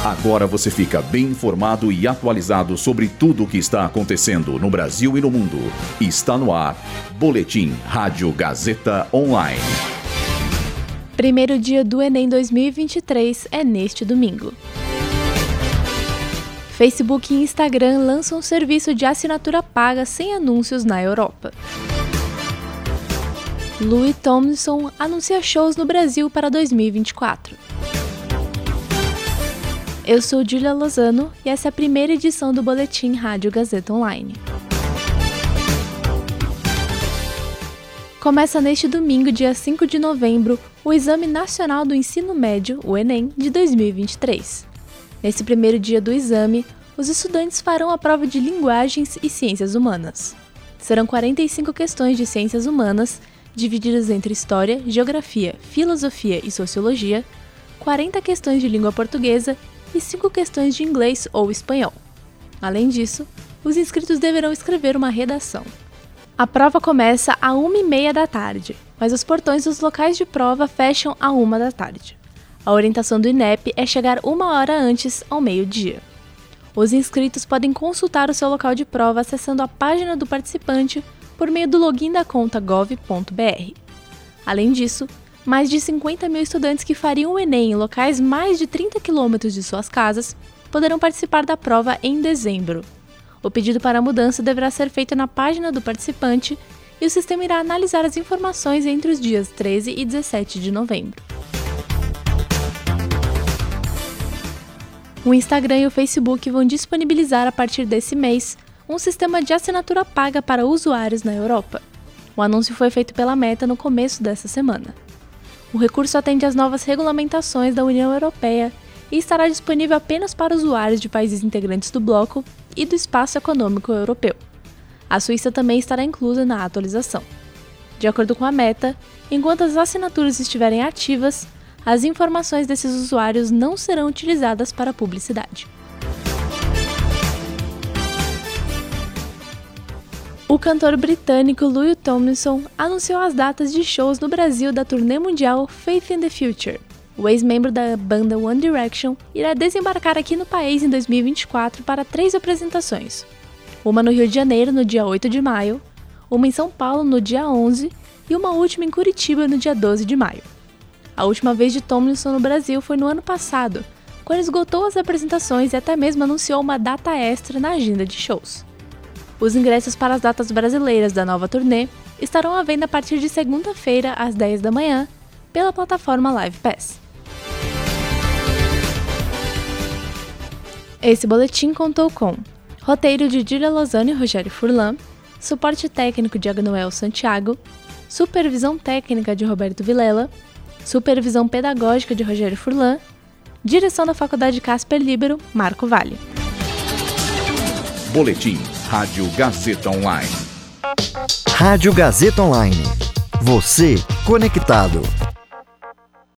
Agora você fica bem informado e atualizado sobre tudo o que está acontecendo no Brasil e no mundo. Está no ar, Boletim Rádio Gazeta Online. Primeiro dia do Enem 2023 é neste domingo. Facebook e Instagram lançam um serviço de assinatura paga sem anúncios na Europa. Louis Tomlinson anuncia shows no Brasil para 2024. Eu sou Julia Lozano e essa é a primeira edição do Boletim Rádio Gazeta Online. Começa neste domingo, dia 5 de novembro, o Exame Nacional do Ensino Médio, o Enem, de 2023. Nesse primeiro dia do exame, os estudantes farão a prova de Linguagens e Ciências Humanas. Serão 45 questões de Ciências Humanas, divididas entre História, Geografia, Filosofia e Sociologia, 40 questões de Língua Portuguesa e 5 questões de Inglês ou Espanhol. Além disso, os inscritos deverão escrever uma redação. A prova começa às 1h30 da tarde, mas os portões dos locais de prova fecham às 1 da tarde. A orientação do INEP é chegar 1 hora antes, ao meio-dia. Os inscritos podem consultar o seu local de prova acessando a página do participante por meio do login da conta gov.br. Além disso, mais de 50 mil estudantes que fariam o Enem em locais mais de 30 quilômetros de suas casas poderão participar da prova em dezembro. O pedido para a mudança deverá ser feito na página do participante e o sistema irá analisar as informações entre os dias 13 e 17 de novembro. O Instagram e o Facebook vão disponibilizar a partir desse mês um sistema de assinatura paga para usuários na Europa. O anúncio foi feito pela Meta no começo dessa semana. O recurso atende às novas regulamentações da União Europeia e estará disponível apenas para usuários de países integrantes do bloco e do Espaço Econômico Europeu. A Suíça também estará inclusa na atualização. De acordo com a Meta, enquanto as assinaturas estiverem ativas, as informações desses usuários não serão utilizadas para publicidade. O cantor britânico Louis Tomlinson anunciou as datas de shows no Brasil da turnê mundial Faith in the Future. O ex-membro da banda One Direction irá desembarcar aqui no país em 2024 para 3 apresentações. Uma no Rio de Janeiro no dia 8 de maio, uma em São Paulo no dia 11 e uma última em Curitiba no dia 12 de maio. A última vez de Tomlinson no Brasil foi no ano passado, quando esgotou as apresentações e até mesmo anunciou uma data extra na agenda de shows. Os ingressos para as datas brasileiras da nova turnê estarão à venda a partir de segunda-feira, às 10 da manhã, pela plataforma Live Pass. Esse boletim contou com roteiro de Julia Lozano e Rogério Furlan, suporte técnico de Agnoel Santiago, supervisão técnica de Roberto Vilela, supervisão pedagógica de Rogério Furlan, direção da Faculdade Casper Líbero, Marco Vale. Boletim Rádio Gazeta Online. Rádio Gazeta Online. Você conectado.